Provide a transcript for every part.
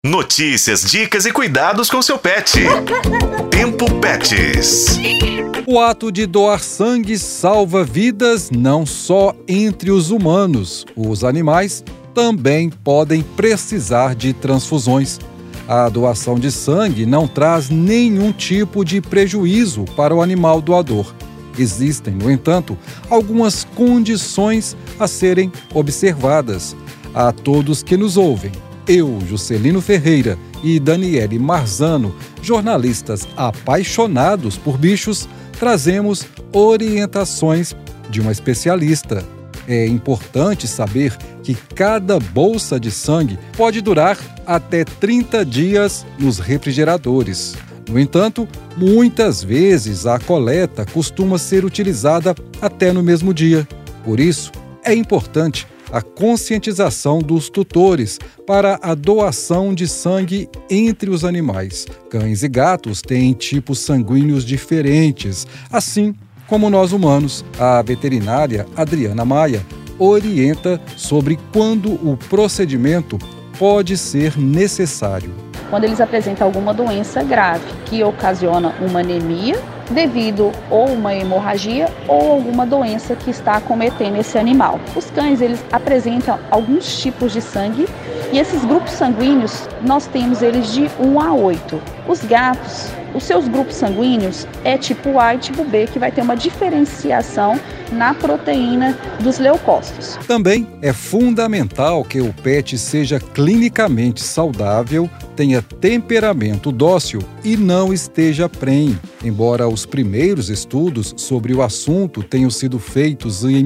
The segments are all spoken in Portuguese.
Notícias, dicas e cuidados com seu pet. Tempo Pets. O ato de doar sangue salva vidas não só entre os humanos. Os animais também podem precisar de transfusões. A doação de sangue não traz nenhum tipo de prejuízo para o animal doador. Existem, no entanto, algumas condições a serem observadas. A todos que nos ouvem, eu, Juscelino Ferreira e Daniele Marzano, jornalistas apaixonados por bichos, trazemos orientações de uma especialista. É importante saber que cada bolsa de sangue pode durar até 30 dias nos refrigeradores. No entanto, muitas vezes a coleta costuma ser utilizada até no mesmo dia. Por isso, é importante a conscientização dos tutores para a doação de sangue entre os animais. Cães e gatos têm tipos sanguíneos diferentes, assim como nós humanos. A veterinária Adriana Maia orienta sobre quando o procedimento pode ser necessário. Quando eles apresentam alguma doença grave que ocasiona uma anemia devido ou uma hemorragia ou alguma doença que está acometendo esse animal. Os cães, eles apresentam alguns tipos de sangue e esses grupos sanguíneos, nós temos eles de 1 a 8. Os gatos, os seus grupos sanguíneos é tipo A e tipo B, que vai ter uma diferenciação na proteína dos leucócitos. Também é fundamental que o pet seja clinicamente saudável, tenha temperamento dócil e não esteja prenhe. Embora os primeiros estudos sobre o assunto tenham sido feitos em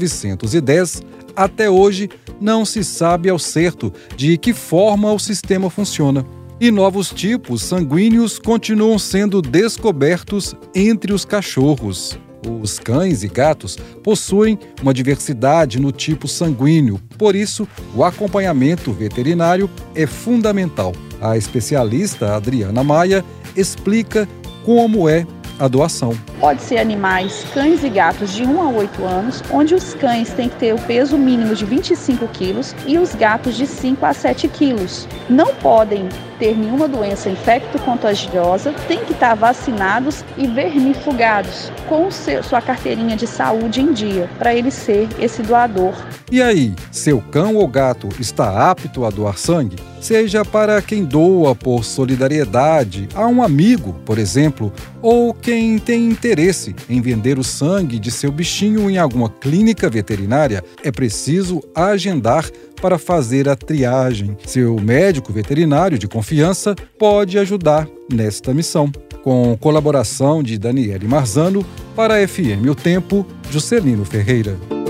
1910, até hoje não se sabe ao certo de que forma o sistema funciona. E novos tipos sanguíneos continuam sendo descobertos entre os cachorros. Os cães e gatos possuem uma diversidade no tipo sanguíneo, por isso o acompanhamento veterinário é fundamental. A especialista Adriana Maia explica como é a doação. Pode ser animais, cães e gatos de 1 a 8 anos, onde os cães têm que ter o peso mínimo de 25 quilos e os gatos de 5 a 7 quilos. Não podem ter nenhuma doença infecto-contagiosa, têm que estar vacinados e vermifugados com sua carteirinha de saúde em dia, para ele ser esse doador. E aí, seu cão ou gato está apto a doar sangue? Seja para quem doa por solidariedade a um amigo, por exemplo, ou quem tem interesse em vender o sangue de seu bichinho em alguma clínica veterinária, é preciso agendar para fazer a triagem. Seu médico veterinário de confiança pode ajudar nesta missão. Com colaboração de Daniele Marzano, para a FM O Tempo, Juscelino Ferreira.